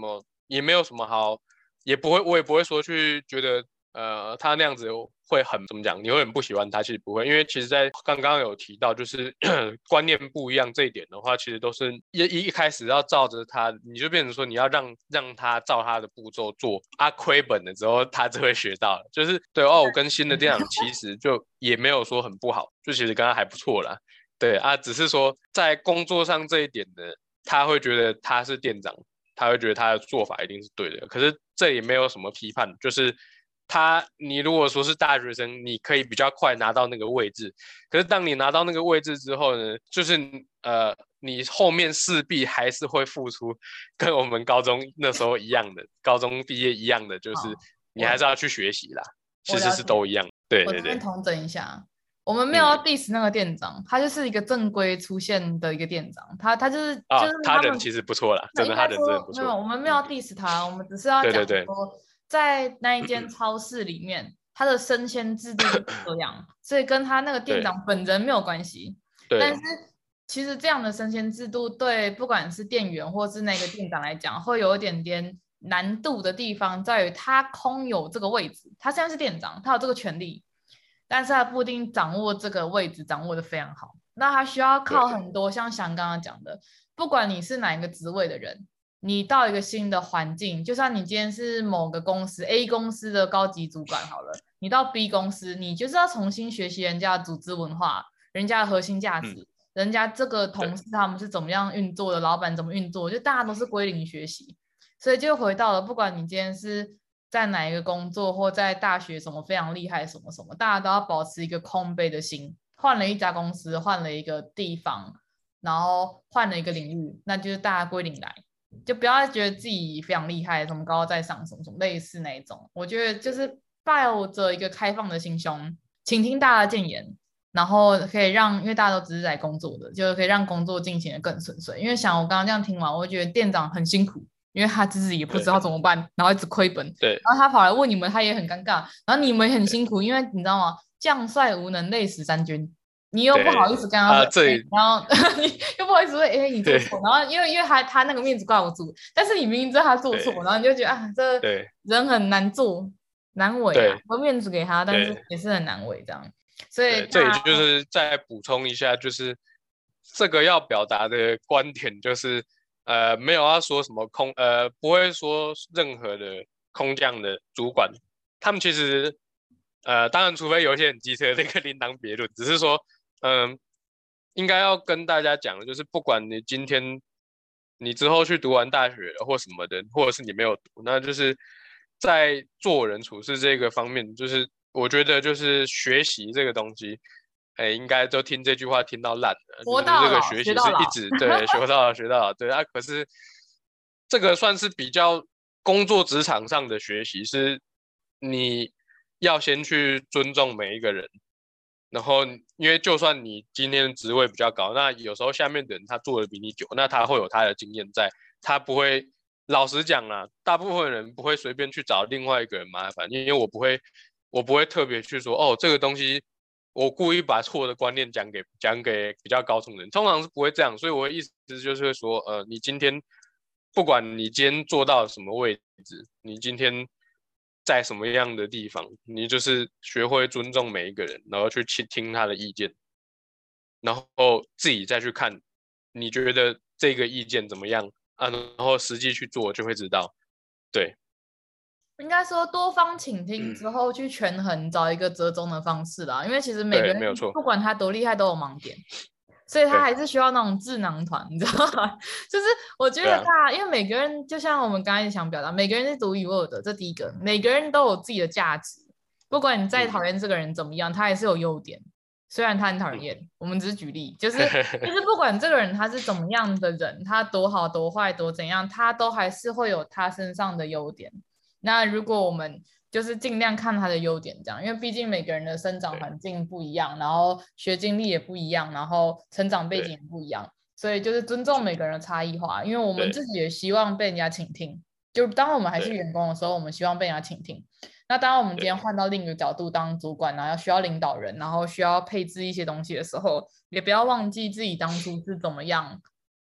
也没有什么好，我也不会说去觉得他那样子会很怎么讲，你会很不喜欢他，其实不会，因为其实在刚刚有提到，就是观念不一样这一点的话，其实都是一开始要照着他，你就变成说你要让他照他的步骤做，亏本了之后他就会学到了，就是对哦，我跟新的店长其实就也没有说很不好，就其实跟他还不错啦，对啊，只是说在工作上这一点呢，他会觉得他是店长，他会觉得他的做法一定是对的，可是这也没有什么批判，就是你如果说是大学生，你可以比较快拿到那个位置，可是当你拿到那个位置之后呢，就是你后面势必还是会付出跟我们高中那时候一样的，高中毕业一样的，就是你还是要去学习啦，其实是都一样，对对对。 我这边统整一下，我们没有要嗯 diss 那个店长，他就是一个正规出现的一个店长，他就是他他们人其实不错啦，真的他那应该人真的不错， 说没有，我们没有 diss 他，我们只是要讲对对对， 说，在那一间超市里面，他的升迁制度就是这样，所以跟他那个店长本人没有关系。但是其实这样的升迁制度对不管是店员或是那个店长来讲，会有一点点难度的地方在于他空有这个位置，他现在是店长，他有这个权利，但是他不一定掌握这个位置掌握的非常好，那他需要靠很多像翔刚刚讲的，不管你是哪一个职位的人，你到一个新的环境，就算你今天是某个公司 A 公司的高级主管好了，你到 B 公司，你就是要重新学习人家的组织文化，人家的核心价值，人家这个同事他们是怎么样运作的，老板怎么运作，就大家都是归零学习，所以就回到了，不管你今天是在哪一个工作，或在大学什么非常厉害什么什么，大家都要保持一个空杯的心。换了一家公司，换了一个地方，然后换了一个领域，那就是大家归零来，就不要觉得自己非常厉害，什么高高在上，什么什么类似那一种。我觉得就是抱着一个开放的心胸，倾听大家的建言，然后可以让，因为大家都只是来工作的，就可以让工作进行的更顺遂。因为想我刚刚这样听完，我会觉得店长很辛苦，因为他自己也不知道怎么办，然后一直亏本， 对， 然后他跑来问你们，他也很尴尬，然后你们也很辛苦，因为你知道吗？将帅无能，累死三军。你又不好意思跟他说，然后你又不好意思说，你做错，然后因为他那个面子挂不住，但是你明明知道他做错，然后你就觉得啊，这人很难做，难为啊，我面子给他，但是也是很难为这样。所以这里就是再补充一下，就是这个要表达的观点就是没有要说什么不会说任何的空降的主管，他们其实当然除非有一些很机车，那个另当别论，只是说应该要跟大家讲的就是，不管你今天你之后去读完大学了或什么的，或者是你没有读，那就是在做人处事这个方面，就是我觉得就是学习这个东西，应该都听这句话听到烂了，就是这个学习是一直对学到老，对啊，可是这个算是比较工作职场上的学习，是你要先去尊重每一个人。然后，因为就算你今天的职位比较高，那有时候下面的人他做的比你久，那他会有他的经验在，他不会，老实讲啦，大部分人不会随便去找另外一个人麻烦，因为我不会特别去说，哦，这个东西我故意把错的观念讲给比较高层的人，通常是不会这样，所以我的意思就是说，你今天不管你今天做到什么位置，你今天在什么样的地方，你就是学会尊重每一个人，然后去听他的意见，然后自己再去看，你觉得这个意见怎么样啊？然后实际去做就会知道。对， 应该说多方倾听之后去权衡，找一个折中的方式啦。因为其实每个人不管他多厉害都有盲点。所以他还是需要那种智囊团，你知道吗？就是我觉得因为每个人就像我们刚才想表达，每个人是独一无二的，这第一个，每个人都有自己的价值。不管你再讨厌这个人怎么样，他还是有优点，虽然他很讨人厌。我们只是举例，就是不管这个人他是怎么样的人，他多好多坏多怎样，他都还是会有他身上的优点。那如果我们就是尽量看他的优点，这样，因为毕竟每个人的生长环境不一样，然后学经历也不一样，然后成长背景也不一样，所以就是尊重每个人的差异化，因为我们自己也希望被人家倾听。就当我们还是员工的时候，我们希望被人家倾听。那当我们今天换到另一个角度当主管，然后需要领导人，然后需要配置一些东西的时候，也不要忘记自己当初是怎么样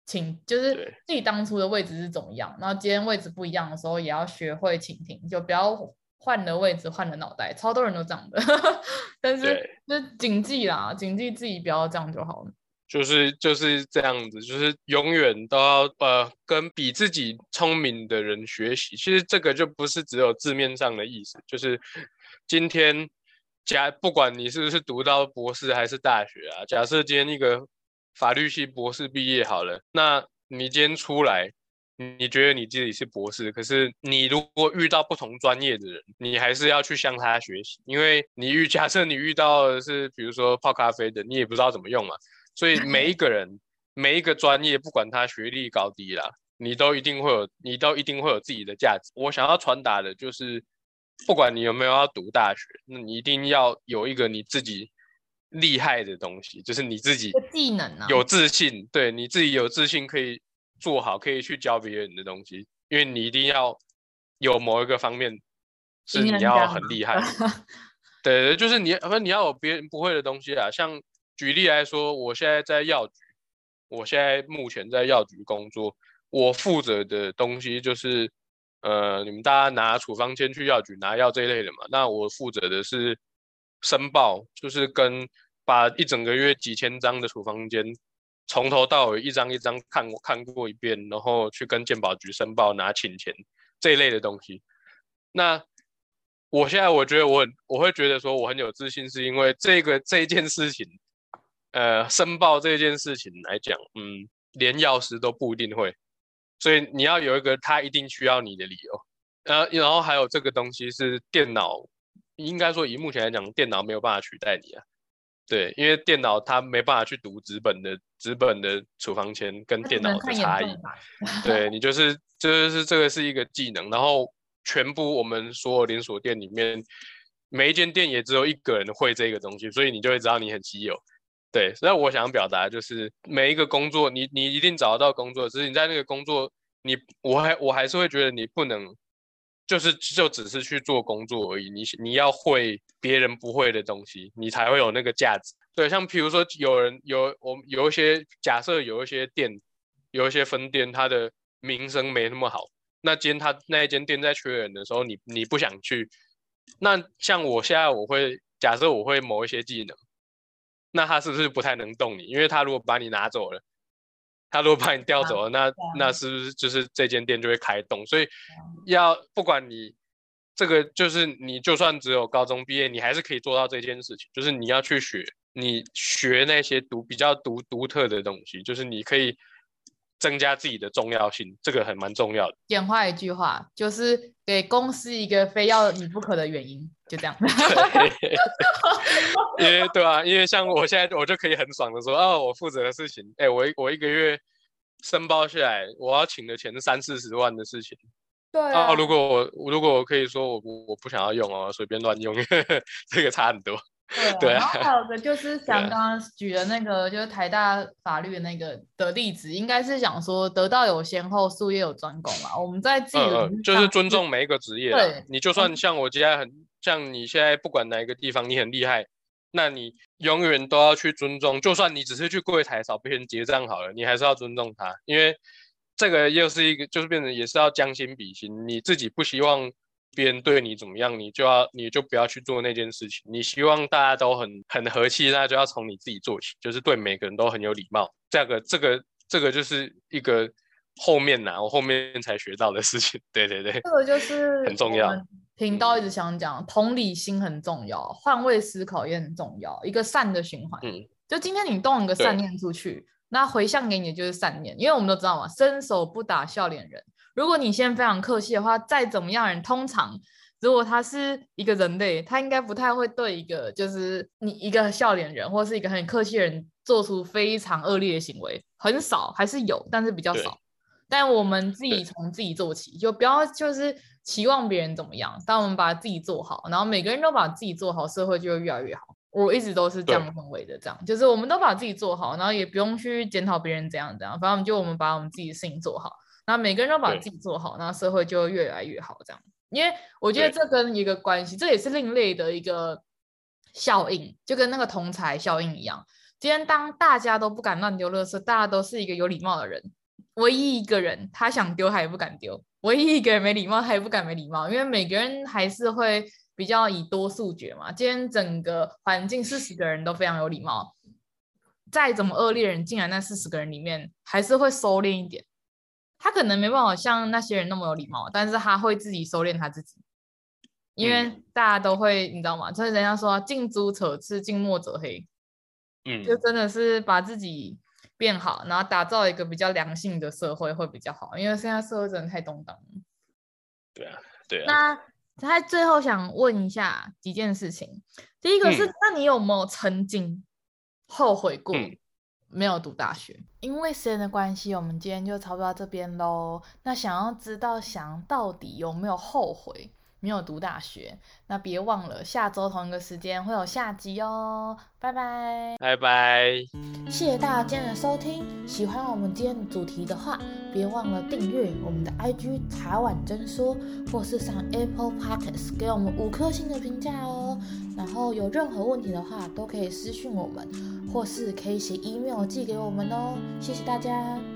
就是对自己当初的位置是怎么样，然后今天位置不一样的时候，也要学会倾听，就不要换了位置换了脑袋，超多人都这样的，但是对， 就是谨记啦，谨记自己不要这样就好了。 就是这样子，就是永远都要跟比自己聪明的人学习。其实这个就不是只有字面上的意思，就是今天不管你是不是读到博士还是大学啊，假设今天一个法律系博士毕业好了，那你今天出来，你觉得你自己是博士，可是你如果遇到不同专业的人，你还是要去向他学习，因为假设你遇到的是比如说泡咖啡的，你也不知道怎么用嘛。所以每一个人每一个专业，不管他学历高低啦，你都一定会有自己的价值。我想要传达的就是，不管你有没有要读大学，那你一定要有一个你自己厉害的东西，就是你自己技能啊， 有自信，对你自己有自信可以做好，可以去教别人的东西，因为你一定要有某一个方面是你要很厉害的。对，就是你要有别人不会的东西啊。像举例来说，我现在在药局，我现在目前在药局工作，我负责的东西就是你们大家拿处方签去药局拿药这一类的嘛。那我负责的是申报，就是把一整个月几千张的处方签从头到尾一张一张看过一遍，然后去跟健保局申报拿请钱这一类的东西。那现在我觉得我会觉得说我很有自信，是因为这一件事情，申报这件事情来讲，连药师都不一定会，所以你要有一个他一定需要你的理由，然后还有这个东西是电脑，应该说以目前来讲，电脑没有办法取代你啊，对，因为电脑它没办法去读纸本的处方签跟电脑的差异，对你就是这个是一个技能，然后全部我们所有连锁店里面，每一间店也只有一个人会这个东西，所以你就会知道你很稀有。对，所以我想表达就是每一个工作你一定找得到工作，只是你在那个工作我还是会觉得你不能就只是去做工作而已，你要会别人不会的东西，你才会有那个价值。对，像比如说有一些假设有一些店有一些分店，它的名声没那么好，那今天他那一间店在缺人的时候，你不想去，那像我现在假设我会某一些技能，那他是不是不太能动你？因为他如果把你拿走了，他如果把你调走了，那是不是就是这间店就会开动？所以不管你这个就是你就算只有高中毕业，你还是可以做到这件事情，就是你要去学那些比较独特的东西，就是你可以增加自己的重要性，这个还蛮重要的。 简化一句话，就是给公司一个非要你不可的原因，就这样。 对，对啊，因为像我现在我就可以很爽的说，我负责的事情，我一个月申报下来，我要请的钱是30-40万的事情。 对啊， 如果我可以说我不想要用哦，随便乱用，这个差很多。 对啊， 对啊， 然后还有个就是像刚刚举的那个，就是台大法律的那个的例子，应该是讲说得道有先后，术业有专攻嘛。我们在自己的就是尊重每一个职业啦。 对， 你就算像我家像你现在不管哪一个地方你很厉害，那你永远都要去尊重，就算你只是去柜台找别人结账好了，你还是要尊重他，因为这个又是一个就是变成也是要将心比心，你自己不希望别人对你怎么样，你就不要去做那件事情。你希望大家都很和气，那就要从你自己做起，就是对每个人都很有礼貌。这个就是一个我后面才学到的事情。对对对， 这个就是很重要。 频道一直想讲，同理心很重要，换位思考也很重要，一个善的循环。就今天你动一个善念出去，那回向给你的就是善念，因为我们都知道嘛，伸手不打笑脸人。如果你先非常客气的话，再怎么样人，通常如果他是一个人类，他应该不太会对一个就是你一个笑脸人或是一个很客气的人做出非常恶劣的行为，很少，还是有，但是比较少。但我们自己从自己做起，就不要就是期望别人怎么样，当我们把自己做好，然后每个人都把自己做好，社会就会越来越好。我一直都是这样认为的，这样就是我们都把自己做好，然后也不用去检讨别人怎样，反正我们把我们自己的事情做好，然后每个人都把自己做好，然后社会就会越来越好，这样。因为我觉得这跟一个关系，这也是另类的一个效应，就跟那个同侪效应一样。 今天当大家都不敢乱丢垃圾，大家都是一个有礼貌的人，唯一一个人他想丢他也不敢丢，唯一一个人没礼貌他也不敢没礼貌，因为每个人还是会比较以多数决嘛。今天整个环境40个人都非常有礼貌，再怎么恶劣人进来那40个人里面还是会收敛一点，他可能没办法像那些人那么有礼貌，但是他会自己收敛他自己，因为大家都会你知道吗，就是人家说近朱者赤近墨者黑，就真的是把自己变好，然后打造一个比较良性的社会会比较好，因为现在社会真的太动荡了。 对啊，对啊。 那他最后想问一下几件事情，第一个是，那你有没有曾经后悔过没有读大学？因为时间的关系，我们今天就差不多到这边咯。那想要知道翔到底有没有后悔没有读大学，那别忘了下周同一个时间会有下集哦，拜拜， 拜拜。 谢谢大家今天的收听。喜欢我们今天的主题的话，别忘了订阅我们的 IG 茶碗真说，或是上 Apple Podcast 给我们5颗星的评价哦。然后有任何问题的话，都可以私讯我们，或是可以写 email 寄给我们哦。谢谢大家。